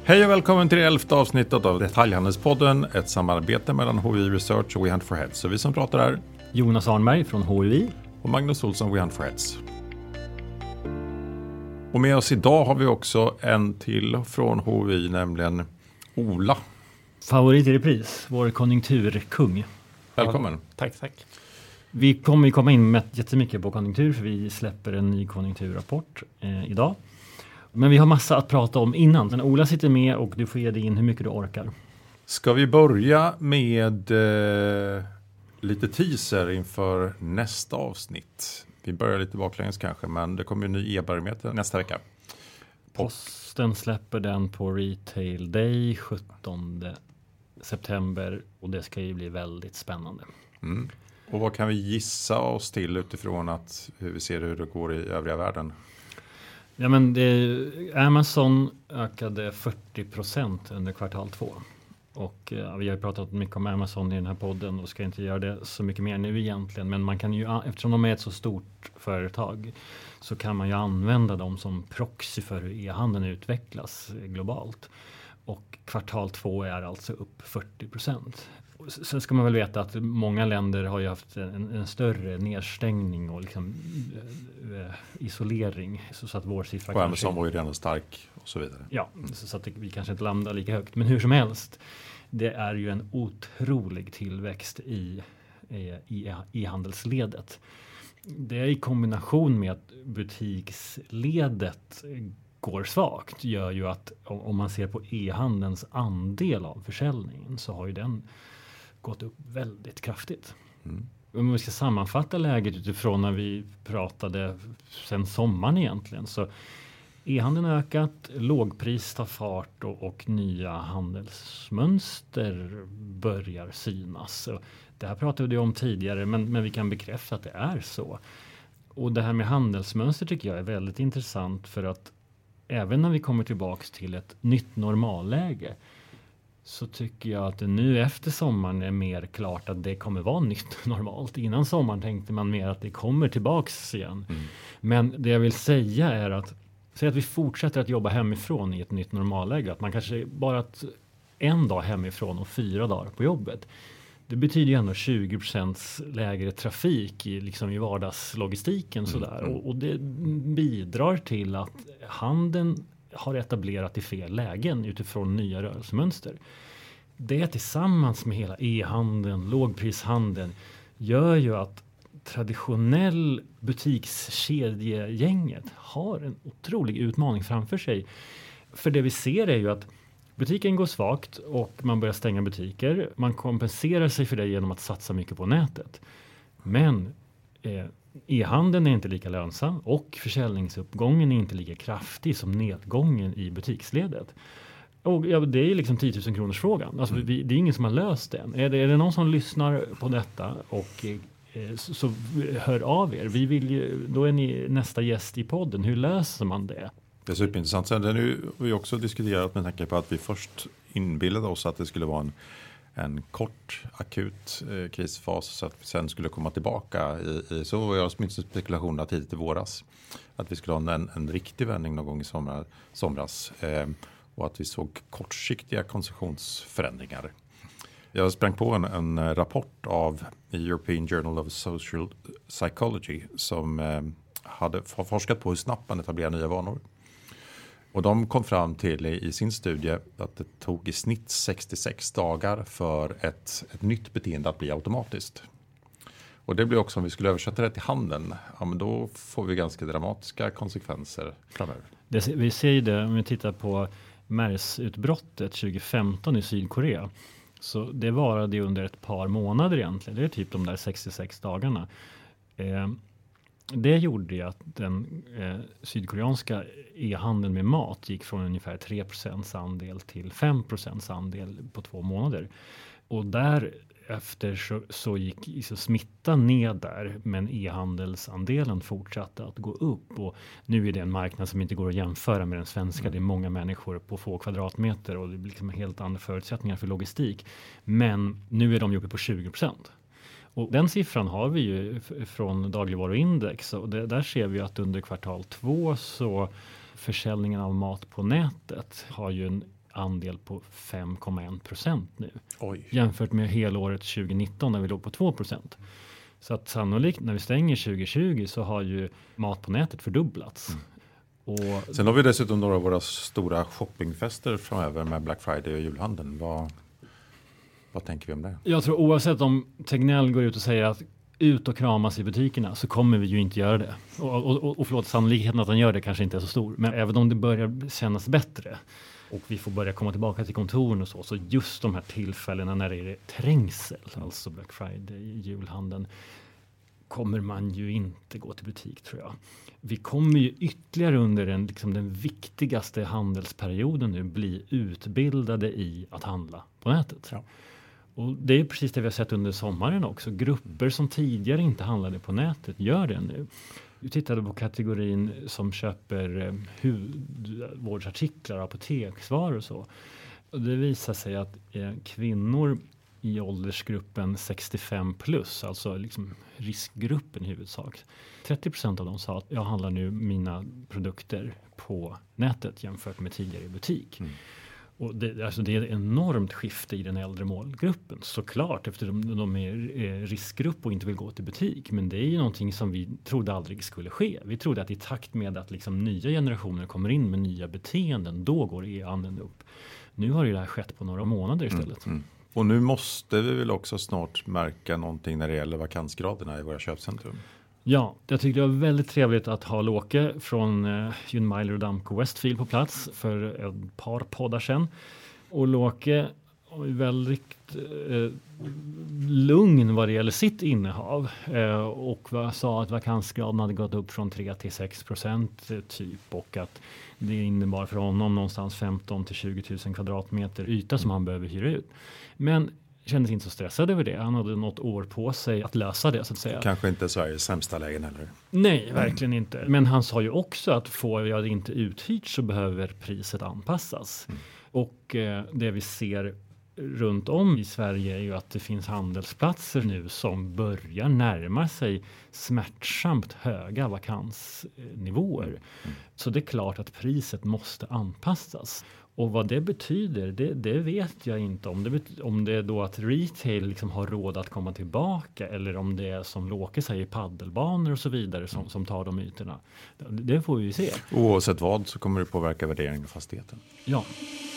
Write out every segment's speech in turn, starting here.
Hej och välkommen till det 11:e avsnittet av Detaljhandelspodden, ett samarbete mellan HUI Research och We Hunt for Heads. Så vi som pratar är Jonas Arnberg från HUI och Magnus Olsson, We Hunt for Heads. Och med oss idag har vi också en till från HUI, nämligen Ola. Favorit i repris, vår konjunkturkung. Välkommen. Ja, tack. Vi kommer ju komma in med jättemycket på konjunktur för vi släpper en ny konjunkturrapport idag. Men vi har massa att prata om innan. Men Ola sitter med och du får ge dig in hur mycket du orkar. Ska vi börja med lite teaser inför nästa avsnitt? Vi börjar lite baklänges kanske, men det kommer ju en ny e-barometer nästa vecka. Posten släpper den på Retail Day 17 september och det ska ju bli väldigt spännande. Mm. Och vad kan vi gissa oss till utifrån hur vi ser hur det går i övriga världen? Ja, men Amazon ökade 40% under kvartal 2. Och vi har pratat mycket om Amazon i den här podden och ska inte göra det så mycket mer nu egentligen. Men man kan ju, eftersom de är ett så stort företag så kan man ju använda dem som proxy för hur e-handeln utvecklas globalt. Och kvartal 2 är alltså upp 40%. Sen ska man väl veta att många länder har ju haft en större nedstängning och liksom, isolering. Så att vår siffra och Amazon var ju redan stark och så vidare. Ja, så att vi kanske inte landar lika högt. Men hur som helst, det är ju en otrolig tillväxt i e-handelsledet. Det är i kombination med att butiksledet går svagt gör ju att om man ser på e-handelns andel av försäljningen så har ju den gått upp väldigt kraftigt. Mm. Om vi ska sammanfatta läget utifrån när vi pratade sen sommaren egentligen så e-handeln har ökat, lågpris tar fart och nya handelsmönster börjar synas. Och det här pratade vi om tidigare men vi kan bekräfta att det är så. Och det här med handelsmönster tycker jag är väldigt intressant för att även när vi kommer tillbaka till ett nytt normalläge så tycker jag att det nu efter sommaren är mer klart att det kommer vara nytt normalt. Innan sommaren tänkte man mer att det kommer tillbaks igen. Mm. Men det jag vill säga är att säg att vi fortsätter att jobba hemifrån i ett nytt normalläge. Att man kanske bara en dag hemifrån och 4 dagar på jobbet. Det betyder ju ändå 20% lägre trafik i vardagslogistiken. Sådär. Och det bidrar till att handeln har etablerat i fel lägen utifrån nya rörelsemönster. Det tillsammans med hela e-handeln, lågprishandeln gör ju att traditionell butikskedjegänget har en otrolig utmaning framför sig. För det vi ser är ju att butiken går svagt och man börjar stänga butiker. Man kompenserar sig för det genom att satsa mycket på nätet. Men e-handeln är inte lika lönsam och försäljningsuppgången är inte lika kraftig som nedgången i butiksledet. Och det är liksom 10 000 kronors frågan. Alltså det är ingen som har löst den. Är det någon som lyssnar på detta och så hör av er. Då är ni nästa gäst i podden. Hur löser man det? Det är superintressant. Sen har vi också diskuterat med tanke på att vi först inbillade oss att det skulle vara en kort akut krisfas så att vi sen skulle komma tillbaka så var jag åtminstone spekulationerna tidigt i våras att vi skulle ha en riktig vändning någon gång i somras och att vi såg kortsiktiga konsumtionsförändringar. Jag sprang på en rapport av European Journal of Social Psychology som har forskat på hur snabbt man etablerar nya vanor. Och de kom fram till i sin studie att det tog i snitt 66 dagar för ett nytt beteende att bli automatiskt. Och det blir också, om vi skulle översätta det till handeln, ja, men då får vi ganska dramatiska konsekvenser framöver. Vi ser ju det om vi tittar på MERS-utbrottet 2015 i Sydkorea. Så det varade under ett par månader egentligen. Det är typ de där 66 dagarna. Det gjorde ju att den sydkoreanska e-handeln med mat gick från ungefär 3% andel till 5% andel på 2 månader. Och därefter så gick smittan ned där, men e-handelsandelen fortsatte att gå upp. Och nu är det en marknad som inte går att jämföra med den svenska. Det är många människor på få kvadratmeter och det blir liksom helt andra förutsättningar för logistik. Men nu är de uppe på 20%. Och den siffran har vi ju från dagligvaruindex och där ser vi att under kvartal 2 så försäljningen av mat på nätet har ju en andel på 5,1% nu. Oj. Jämfört med helåret 2019 när vi låg på 2%. Så att sannolikt när vi stänger 2020 så har ju mat på nätet fördubblats. Och sen har vi dessutom några av våra stora shoppingfester framöver med Black Friday och julhandeln. Vad tänker vi om det? jag tror oavsett om Tegnell går ut och säger att ut och kramas i butikerna så kommer vi ju inte göra det. Och förlåt, sannolikheten att han gör det kanske inte är så stor. Men även om det börjar kännas bättre och vi får börja komma tillbaka till kontoren och så just de här tillfällena när det är trängsel, alltså Black Friday, julhandeln, kommer man ju inte gå till butik tror jag. Vi kommer ju ytterligare under den viktigaste handelsperioden nu bli utbildade i att handla på nätet. Ja. Och det är precis det vi har sett under sommaren också. Grupper som tidigare inte handlade på nätet gör det nu. Vi tittade på kategorin som köper hudvårdsartiklar, apoteksvaror och så. Och det visar sig att kvinnor i åldersgruppen 65 plus, alltså riskgruppen i huvudsak. 30% av dem sa att jag handlar nu mina produkter på nätet jämfört med tidigare i butik. Och det är ett enormt skifte i den äldre målgruppen. Såklart, eftersom de är riskgrupp och inte vill gå till butik. Men det är ju någonting som vi trodde aldrig skulle ske. Vi trodde att i takt med att nya generationer kommer in med nya beteenden, då går e-handeln upp. Nu har ju det här skett på några månader istället. Och nu måste vi väl också snart märka någonting när det gäller vakansgraderna i våra köpcentrum. Ja, jag tyckte det var väldigt trevligt att ha Låke från Unmiler och Damco Westfield på plats för ett par poddar sedan. Och Låke var väldigt lugn vad det gäller sitt innehav och sa att vakansgraden hade gått upp från 3 till 6% typ och att det innebar för honom någonstans 15 till 20 000 kvadratmeter yta som han behöver hyra ut. Men kändes inte så stressad över det. Han hade något år på sig att lösa det så att säga. Kanske inte Sveriges sämsta lägen heller. Nej, verkligen inte. Men han sa ju också att får jag det inte uthyrt så behöver priset anpassas. Och det vi ser runt om i Sverige är ju att det finns handelsplatser nu som börjar närma sig smärtsamt höga vakansnivåer. Så det är klart att priset måste anpassas. Och vad det betyder, det vet jag inte. Om det är då att retail har råd att komma tillbaka eller om det är som Låke säger paddelbanor och så vidare som tar de ytorna. Det får vi se. Oavsett vad så kommer det påverka värderingen av fastigheten. Ja.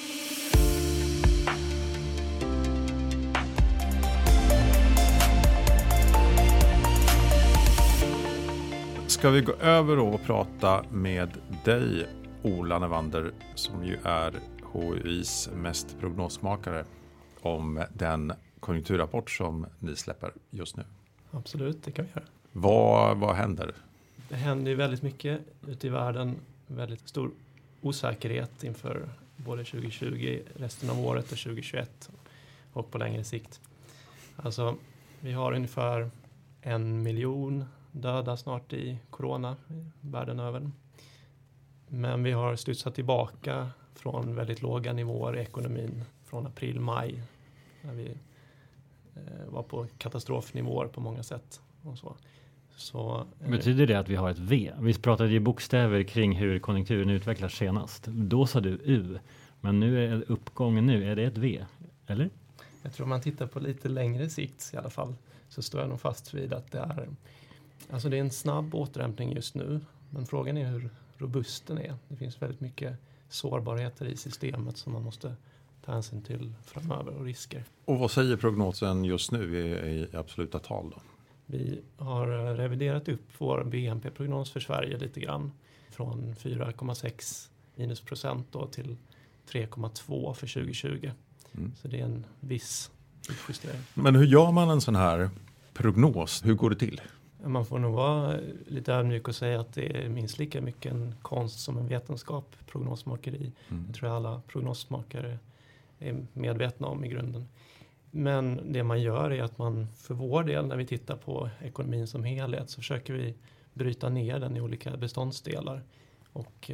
Ska vi gå över och prata med dig, Ola Nevander, som ju är HUIs mest prognosmakare, om den konjunkturrapport som ni släpper just nu. Absolut, det kan vi göra. Vad händer? Det händer ju väldigt mycket ute i världen. Väldigt stor osäkerhet inför både 2020, resten av året och 2021 och på längre sikt. Alltså, vi har ungefär 1 miljon döda snart i corona världen över. Men vi har studsat tillbaka från väldigt låga nivåer i ekonomin från april-maj. När vi var på katastrofnivåer på många sätt. Och så, betyder det att vi har ett V? Vi pratade ju bokstäver kring hur konjunkturen utvecklas senast. Då sa du U. Men nu är uppgången nu. Är det ett V? Eller? Jag tror om man tittar på lite längre sikt i alla fall så står jag nog fast vid att det är en snabb återhämtning just nu. Men frågan är hur robust den är. Det finns väldigt mycket sårbarheter i systemet som man måste ta hänsyn till framöver och risker. Och vad säger prognosen just nu i absoluta tal då? Vi har reviderat upp vår BNP-prognos för Sverige lite grann. Från 4,6 minusprocent då till 3,2 för 2020. Så det är en viss justering. Men hur gör man en sån här prognos? Hur går det till? Man får nog vara lite ödmjuk och säga att det är minst lika mycket en konst som en vetenskap, prognosmakeri. Jag tror alla prognosmakare är medvetna om i grunden. Men det man gör är att man för vår del när vi tittar på ekonomin som helhet så försöker vi bryta ner den i olika beståndsdelar och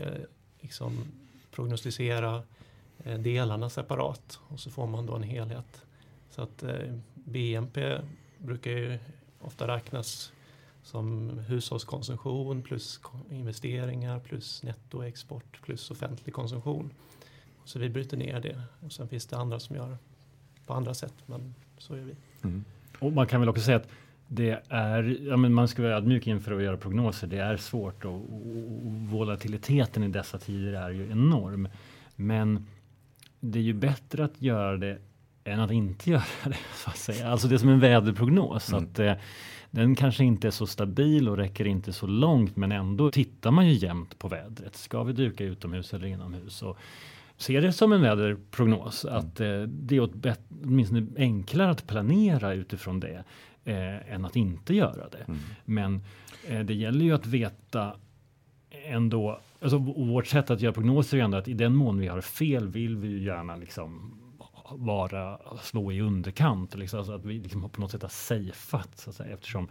prognostisera delarna separat och så får man då en helhet. Så att BNP brukar ju ofta räknas som hushållskonsumtion plus investeringar plus nettoexport plus offentlig konsumtion. Så vi bryter ner det. Och sen finns det andra som gör på andra sätt, men så gör vi. Mm. Och man kan väl också säga att det är, men man ska vara ödmjuk inför att göra prognoser. Det är svårt och volatiliteten i dessa tider är ju enorm. Men det är ju bättre att göra det än att inte göra det, så att säga. Alltså det är som en väderprognos. Att den kanske inte är så stabil och räcker inte så långt, men ändå tittar man ju jämt på vädret. Ska vi duka utomhus eller inomhus? Och ser det som en väderprognos att det är åtminstone enklare att planera utifrån det än att inte göra det. Men det gäller ju att veta ändå, alltså vårt sätt att göra prognoser är ändå att i den mån vi har fel vill vi ju gärna liksom slå i underkant, liksom, alltså att vi liksom på något sätt har safeat, så att säga, eftersom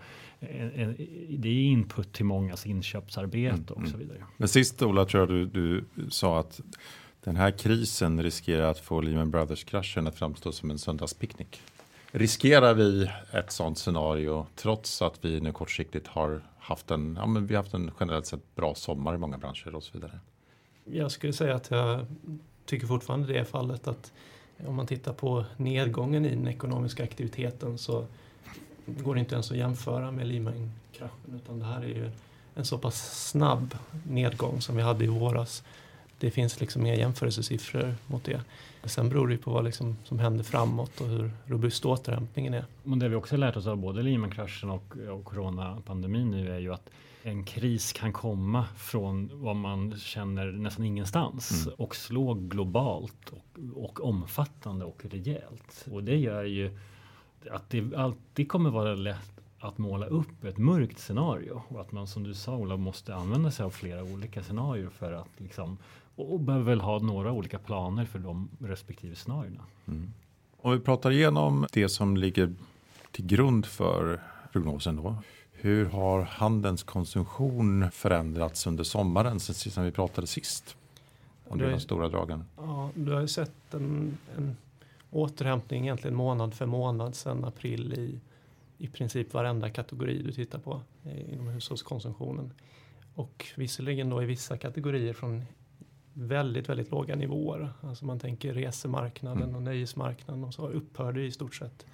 det är input till mångas inköpsarbete och så vidare. Men sist, Ola, tror jag du sa att den här krisen riskerar att få Lehman Brothers-kraschen att framstå som en söndagspicknick. Riskerar vi ett sådant scenario trots att vi nu kortsiktigt har haft en generellt sett bra sommar i många branscher och så vidare? Jag skulle säga att jag tycker fortfarande det är fallet, att om man tittar på nedgången i den ekonomiska aktiviteten så går det inte ens att jämföra med Lehman-kraschen, utan det här är ju en så pass snabb nedgång som vi hade i våras. Det finns liksom mer jämförelsesiffror mot det. Sen beror det ju på vad liksom som händer framåt och hur robust återhämtningen är. Men det vi också lärt oss av både Lehman-kraschen och coronapandemin nu är ju att en kris kan komma från vad man känner nästan ingenstans och slå globalt och omfattande och rejält. Och det gör ju att det alltid kommer vara lätt att måla upp ett mörkt scenario, och att man, som du sa, Ola, måste använda sig av flera olika scenarier för att liksom, och behöver väl ha några olika planer för de respektive scenarierna. Om vi pratar igenom det som ligger till grund för prognosen då. Hur har handelns konsumtion förändrats under sommaren sen vi pratade sist? Om det är de stora dragen. Ja, du har ju sett en återhämtning egentligen månad för månad sedan april i princip varenda kategori du tittar på inom hushållskonsumtionen. Och visserligen då i vissa kategorier från väldigt, väldigt låga nivåer. Alltså man tänker resemarknaden och nöjesmarknaden, och så upphörde i stort sett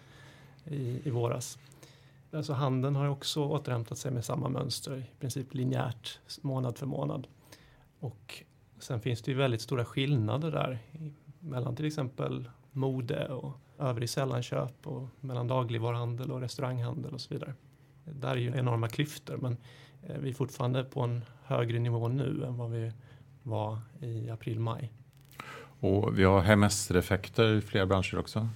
i våras. Alltså handeln har också återhämtat sig med samma mönster, i princip linjärt månad för månad. Och sen finns det ju väldigt stora skillnader där mellan till exempel mode och övrig sällanköp, och mellan dagligvaruhandel och restauranghandel och så vidare. Där är ju enorma klyftor, men vi är fortfarande på en högre nivå nu än vad vi var i april-maj. Och vi har hemestereffekter i flera branscher också.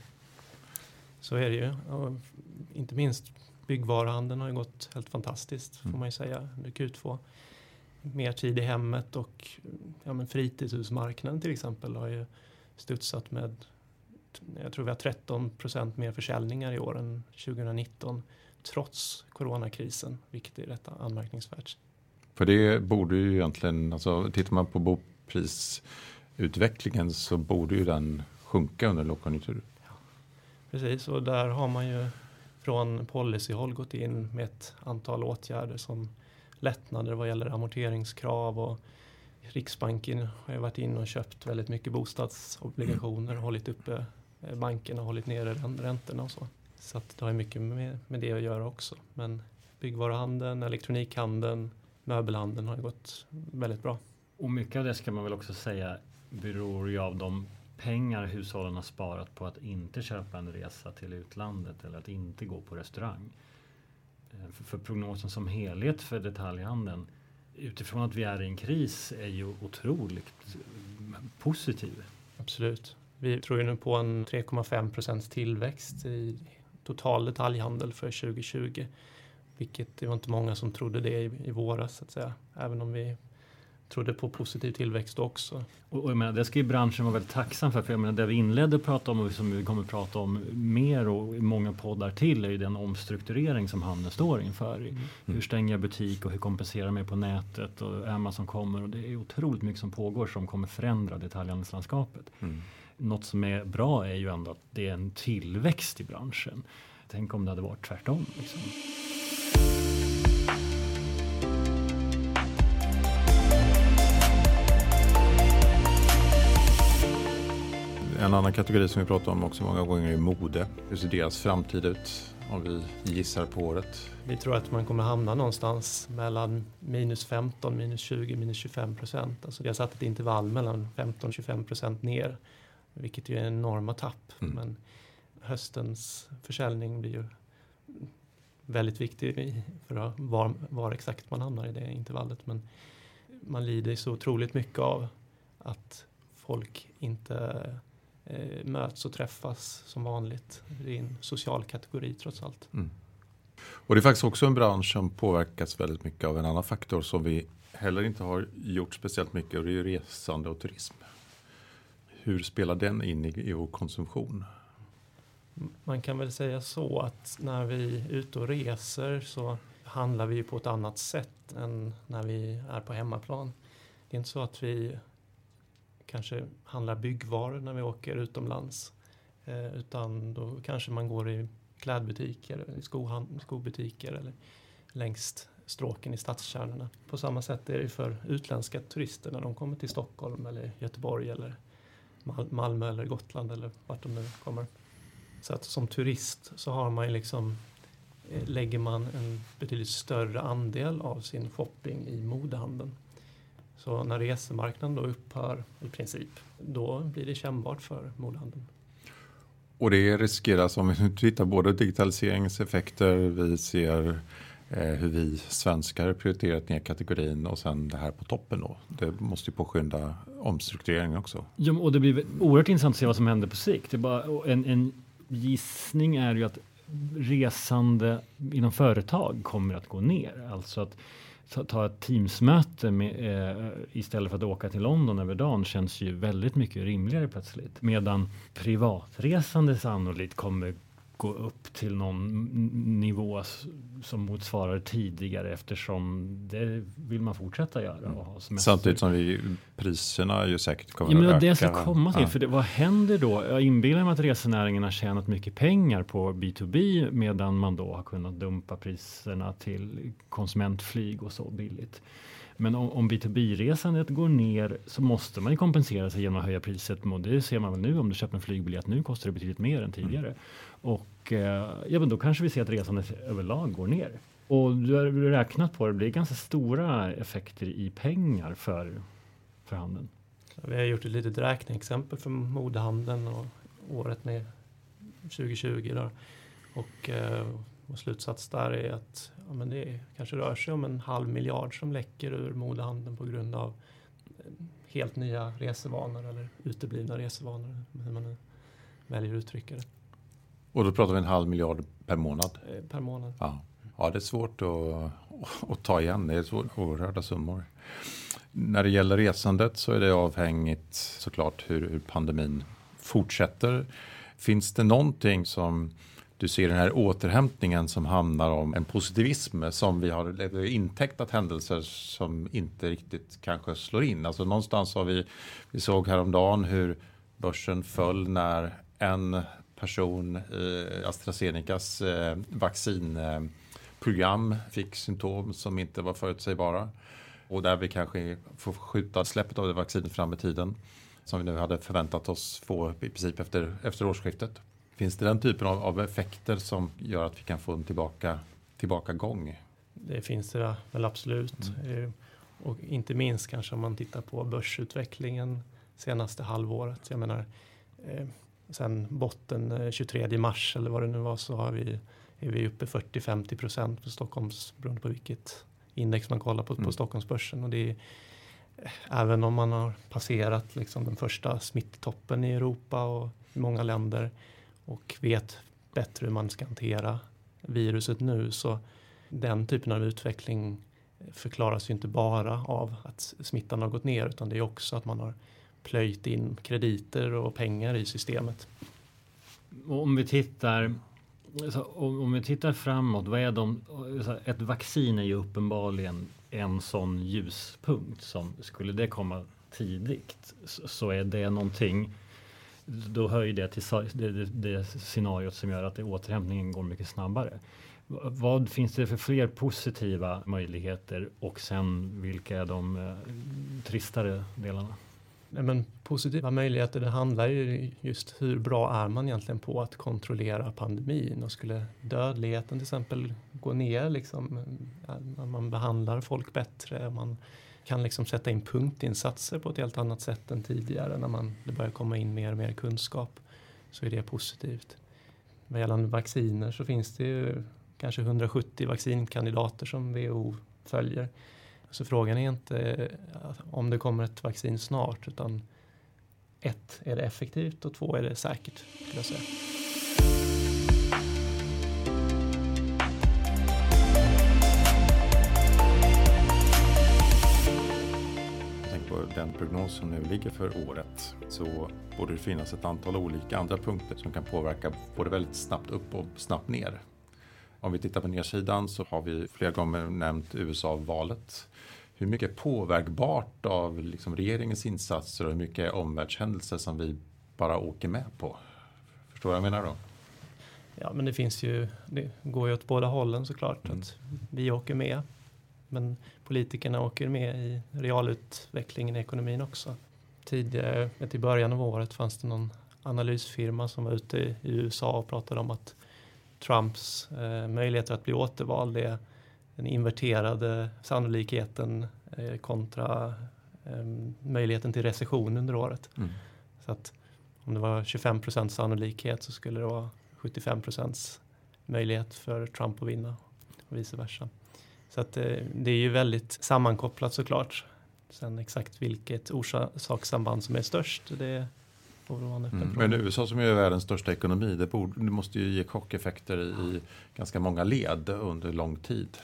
Så är det ju. Och inte minst byggvaruhandeln har ju gått helt fantastiskt, får man ju säga, under Q2. Mer tid i hemmet, och fritidshusmarknaden till exempel har ju studsat med, jag tror vi har 13% mer försäljningar i år än 2019, trots coronakrisen, vilket är rätt anmärkningsvärt. För det borde ju egentligen, alltså tittar man på boprisutvecklingen så borde ju den sjunka under lågkonjunktur. Ja, precis, och där har man ju från policyhåll gått in med ett antal åtgärder som lättnader vad gäller amorteringskrav, och Riksbanken har ju varit in och köpt väldigt mycket bostadsobligationer och hållit uppe bankerna och hållit nere räntorna och så. Så att det har mycket med det att göra också. Men byggvaruhandeln, elektronikhandeln, möbelhandeln har ju gått väldigt bra. Och mycket av det ska man väl också säga beror ju av de pengar hushållen har sparat på att inte köpa en resa till utlandet eller att inte gå på restaurang. För prognosen som helhet för detaljhandeln utifrån att vi är i en kris är ju otroligt positiv. Absolut. Vi tror ju nu på en 3,5% tillväxt i total detaljhandel för 2020. Vilket det var inte många som trodde det i våras, så att säga. Även om vi trodde på positiv tillväxt också. Och jag menar, det ska ju branschen vara väldigt tacksam för jag menar, det vi inledde att prata om och som vi kommer att prata om mer och i många poddar till är ju den omstrukturering som handeln står inför. Hur stänger jag butik och hur kompenserar jag mig på nätet och Amazon kommer, och det är otroligt mycket som pågår som kommer förändra detaljhandelslandskapet. Något som är bra är ju ändå att det är en tillväxt i branschen. Tänk om det hade varit tvärtom liksom. En annan kategori som vi pratar om också många gånger är mode. Hur ser deras framtid ut om vi gissar på året? Vi tror att man kommer hamna någonstans mellan -15, -20, -25%. Alltså vi har satt ett intervall mellan 15-25% ner, vilket ju är enorma tapp. Men höstens försäljning blir ju väldigt viktig för att var exakt man hamnar i det intervallet. Men man lider så otroligt mycket av att folk inte möts och träffas som vanligt. Det är en social kategori trots allt. Och det är faktiskt också en bransch som påverkas väldigt mycket av en annan faktor som vi heller inte har gjort speciellt mycket, och det är ju resande och turism. Hur spelar den in i vår konsumtion? Man kan väl säga så att när vi är ute och reser så handlar vi på ett annat sätt än när vi är på hemmaplan. Det är inte så att vi kanske handlar byggvaror när vi åker utomlands, utan då kanske man går i klädbutiker, i skobutiker eller längs stråken i stadskärnorna. På samma sätt är det för utländska turister när de kommer till Stockholm eller Göteborg eller Malmö eller Gotland eller vart de nu kommer. Så att som turist så har man ju liksom, lägger man en betydligt större andel av sin shopping i modehandeln. Så när resemarknaden då upphör i princip, då blir det kännbart för modehandeln. Och det riskeras, om vi tittar både digitaliseringseffekter, vi ser hur vi svenskar prioriterat ner kategorin och sen det här på toppen då. Det måste ju påskynda omstruktureringen också. Ja, och det blir oerhört intressant att se vad som händer på sikt. Det är bara en gissning är ju att resande inom företag kommer att gå ner. Alltså att ta ett teamsmöte istället för att åka till London över dagen känns ju väldigt mycket rimligare plötsligt. Medan privatresande sannolikt kommer gå upp till någon nivå som motsvarar tidigare, eftersom det vill man fortsätta göra. Och ha samtidigt som priserna ju säkert kommer att öka. Det ska komma till. För vad händer då? Jag inbillar mig att resenäringen har tjänat mycket pengar på B2B medan man då har kunnat dumpa priserna till konsumentflyg och så billigt. Men om B2B-resandet går ner så måste man ju kompensera sig genom att höja priset. Och det ser man väl nu, om du köper en flygbiljett nu kostar det betydligt mer än tidigare. Och men då kanske vi ser att resandet överlag går ner. Och du har räknat på det, blir ganska stora effekter i pengar för handeln. Vi har gjort ett litet räkneexempel för modehandeln och året med 2020 då. Och slutsats där är att men det kanske rör sig om 500 miljoner som läcker ur modehandeln på grund av helt nya resevanor eller uteblivna resevanor, hur man nu väljer att uttrycka det. Och då pratar vi 500 miljoner per månad? Per månad. Ja, det är svårt att ta igen. Det är oerhörda summor. När det gäller resandet så är det avhängigt såklart hur pandemin fortsätter. Finns det någonting som du ser den här återhämtningen som handlar om en positivism som vi har intecknat händelser som inte riktigt kanske slår in? Alltså någonstans har vi såg häromdagen hur börsen föll när en person i AstraZenecas vaccinprogram fick symptom som inte var förutsägbara. Och där vi kanske får skjuta släppet av det vaccinet fram i tiden som vi nu hade förväntat oss få i princip efter årsskiftet. Finns det den typen av effekter som gör att vi kan få en tillbaka gång? Det finns det väl absolut. Och inte minst kanske om man tittar på börsutvecklingen senaste halvåret. Jag menar, sen botten 23 mars eller vad det nu var så är vi uppe 40-50% på Stockholms, beroende på vilket index man kollar på Stockholmsbörsen. Och det är, även om man har passerat liksom den första smitttoppen i Europa och i många länder och vet bättre hur man ska hantera viruset nu, så den typen av utveckling förklaras ju inte bara av att smittan har gått ner, utan det är också att man har plöjt in krediter och pengar i systemet. Om vi tittar framåt, vad är ett vaccin är ju uppenbarligen en sån ljuspunkt som skulle det komma tidigt så är det någonting, då höjer det till det scenariot som gör att återhämtningen går mycket snabbare. Vad finns det för fler positiva möjligheter och sen vilka är de tristare delarna? Men positiva möjligheter, det handlar ju just hur bra är man egentligen på att kontrollera pandemin, och skulle dödligheten till exempel gå ner, liksom, man behandlar folk bättre, man kan liksom sätta in punktinsatser på ett helt annat sätt än tidigare när det börjar komma in mer och mer kunskap, så är det positivt. Vad gällande vacciner så finns det ju kanske 170 vaccinkandidater som WHO följer. Så frågan är inte om det kommer ett vaccin snart, utan 1, är det effektivt, och 2, är det säkert, skulle jag säga. Jag tänker på den prognos som nu ligger för året, så borde det finnas ett antal olika andra punkter som kan påverka både väldigt snabbt upp och snabbt ner. Om vi tittar på nedsidan så har vi flera gånger nämnt USA-valet. Hur mycket är påverkbart av liksom regeringens insatser och hur mycket är omvärldshändelser som vi bara åker med på? Förstår vad jag menar då? Ja, men det går ju åt båda hållen såklart. Att vi åker med, men politikerna åker med i realutvecklingen i ekonomin också. Tidigare, i början av året, fanns det någon analysfirma som var ute i USA och pratade om att Trumps möjligheter att bli återvald är den inverterade sannolikheten kontra möjligheten till recession under året. Så att om det var 25% sannolikhet så skulle det vara 75% möjlighet för Trump att vinna och vice versa. Så att det är ju väldigt sammankopplat såklart. Sen exakt vilket orsakssamband som är störst, det får vara en öppen fråga. Men USA som är världens största ekonomi, det måste ju ge chockeffekter i ganska många led under lång tid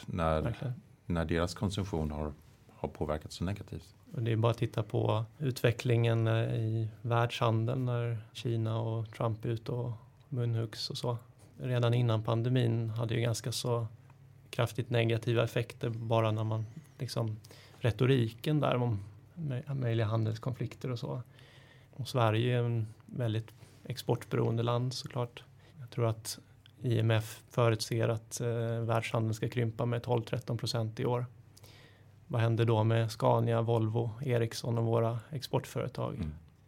när deras konsumtion har påverkats så negativt. Och det är bara att titta på utvecklingen i världshandeln när Kina och Trump är ute och munhuggs och så. Redan innan pandemin hade ju ganska så kraftigt negativa effekter bara när man liksom retoriken där om möjliga handelskonflikter och så. Och Sverige är en väldigt exportberoende land såklart. Jag tror att IMF förutser att världshandeln ska krympa med 12-13% i år. Vad händer då med Scania, Volvo, Ericsson och våra exportföretag?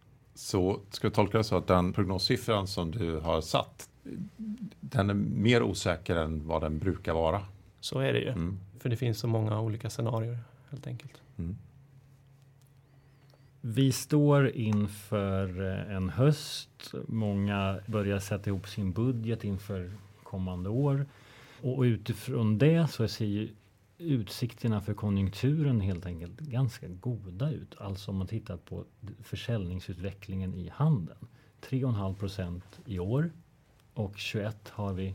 Så ska jag tolka det så att den prognossiffran som du har satt, den är mer osäker än vad den brukar vara? Så är det ju. För det finns så många olika scenarier helt enkelt. Vi står inför en höst. Många börjar sätta ihop sin budget inför kommande år. Och utifrån det så ser ju utsikterna för konjunkturen helt enkelt ganska goda ut. Alltså om man tittar på försäljningsutvecklingen i handeln. 3,5% i år. Och 21 har vi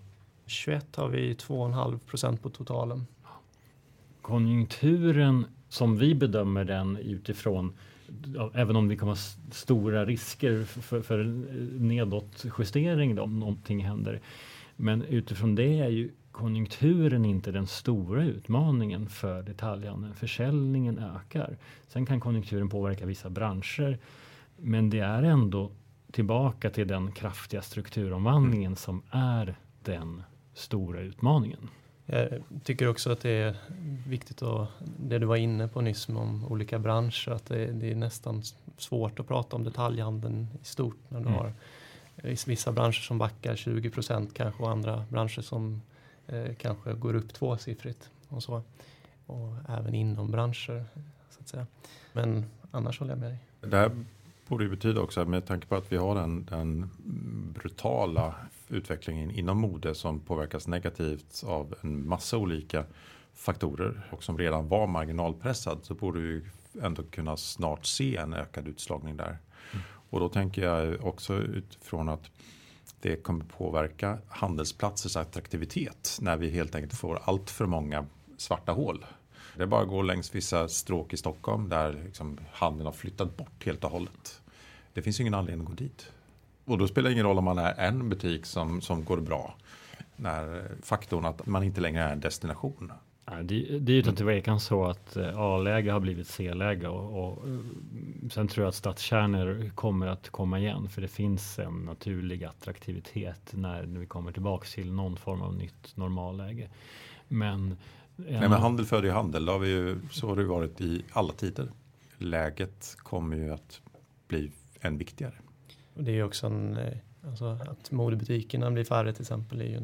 2,5% på totalen. Konjunkturen som vi bedömer den utifrån, även om vi kommer ha stora risker för nedåtjustering om någonting händer. Men utifrån det är ju konjunkturen inte den stora utmaningen för detaljhandeln. Försäljningen ökar. Sen kan konjunkturen påverka vissa branscher. Men det är ändå tillbaka till den kraftiga strukturomvandlingen som är den stora utmaningen. Jag tycker också att det är viktigt att, det du var inne på nyss om olika branscher, att det är nästan svårt att prata om detaljhandeln i stort när du har vissa branscher som backar 20% kanske och andra branscher som kanske går upp tvåsiffrigt och så. Och även inom branscher så att säga. Men annars håller jag med dig. Det här borde ju betyda också, med tanke på att vi har den brutala utvecklingen inom mode som påverkas negativt av en massa olika faktorer och som redan var marginalpressad, så borde vi ändå kunna snart se en ökad utslagning där. Och då tänker jag också utifrån att det kommer påverka handelsplatsers attraktivitet när vi helt enkelt får allt för många svarta hål. Det är bara att gå längs vissa stråk i Stockholm där liksom handeln har flyttat bort helt och hållet. Det finns ingen anledning att gå dit. Och då spelar det ingen roll om man är en butik som går bra. När faktorn att man inte längre är en destination. Ja, det är ju utan tvekan så att A-läge har blivit C-läge och sen tror jag att stadskärnor kommer att komma igen, för det finns en naturlig attraktivitet när vi kommer tillbaka till någon form av nytt normalläge. Men handel föder ju handel, så har det varit i alla tider. Läget kommer ju att bli än viktigare. Och det är också att modebutikerna blir färre till exempel är ju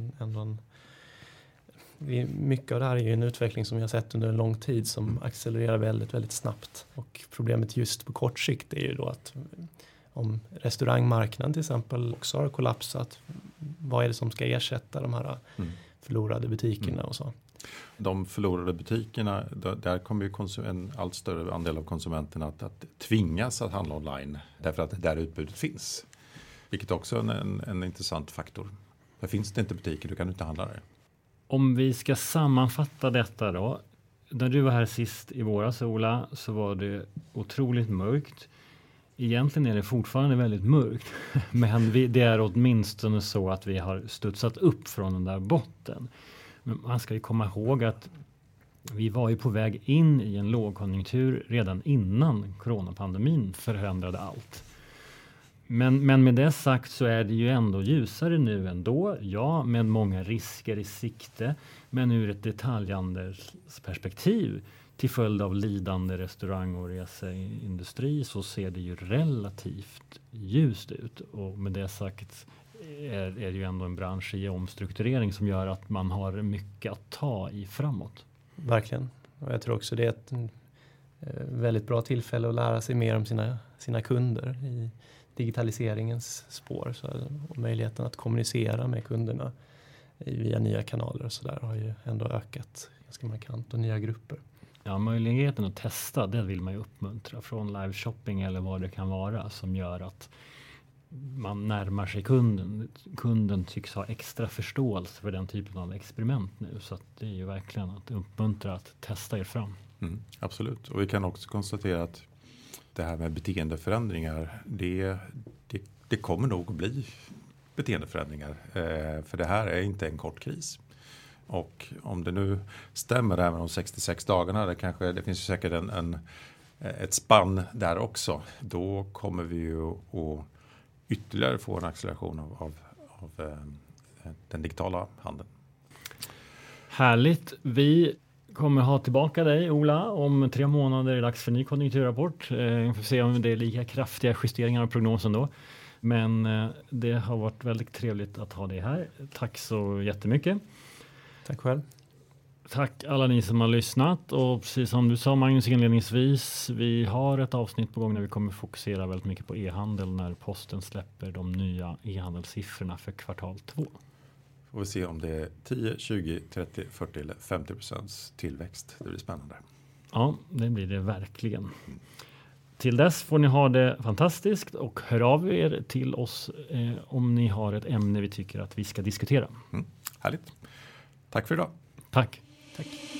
mycket av det här är ju en utveckling som vi har sett under en lång tid som accelererar väldigt, väldigt snabbt. Och problemet just på kort sikt är ju då att om restaurangmarknaden till exempel också har kollapsat, vad är det som ska ersätta de här förlorade butikerna och så? De förlorade butikerna, där kommer ju en allt större andel av konsumenterna att tvingas att handla online därför att det där utbudet finns. Vilket också är en intressant faktor. För finns det inte butiker, du kan inte handla där. Om vi ska sammanfatta detta då. När du var här sist i våras, Ola, så var det otroligt mörkt. Egentligen är det fortfarande väldigt mörkt. Men det är åtminstone så att vi har studsat upp från den där botten. Men man ska ju komma ihåg att vi var ju på väg in i en lågkonjunktur redan innan coronapandemin förändrade allt. Men med det sagt så är det ju ändå ljusare nu ändå. Ja, med många risker i sikte. Men ur ett detaljhandelsperspektiv till följd av lidande restaurang- och reseindustri så ser det ju relativt ljust ut. Och med det sagt är det ju ändå en bransch i omstrukturering som gör att man har mycket att ta i framåt. Verkligen. Och jag tror också det är ett väldigt bra tillfälle att lära sig mer om sina kunder i digitaliseringens spår. Och möjligheten att kommunicera med kunderna via nya kanaler och sådär har ju ändå ökat ganska markant och nya grupper. Ja, möjligheten att testa, det vill man ju uppmuntra från live shopping eller vad det kan vara som gör att man närmar sig kunden. Kunden tycks ha extra förståelse för den typen av experiment nu. Så att det är ju verkligen att uppmuntra att testa er fram. Absolut. Och vi kan också konstatera att det här med beteendeförändringar, det kommer nog att bli beteendeförändringar. För det här är inte en kort kris. Och om det nu stämmer det här med de 66 dagarna, det finns ju säkert ett spann där också. Då kommer vi ju att ytterligare få en acceleration av den digitala handeln. Härligt. Vi kommer ha tillbaka dig, Ola, om 3 månader är det dags för ny konjunkturrapport. Vi får se om det är lika kraftiga justeringar av prognosen då. Men det har varit väldigt trevligt att ha dig här. Tack så jättemycket. Tack själv. Tack alla ni som har lyssnat. Och precis som du sa, Magnus, inledningsvis, vi har ett avsnitt på gång där vi kommer fokusera väldigt mycket på e-handel när Posten släpper de nya e-handelssiffrorna för kvartal 2. Får vi se om det är 10, 20, 30, 40 eller 50% tillväxt. Det blir spännande. Ja, det blir det verkligen. Till dess får ni ha det fantastiskt och hör av er till oss om ni har ett ämne vi tycker att vi ska diskutera. Härligt. Tack för idag. Tack.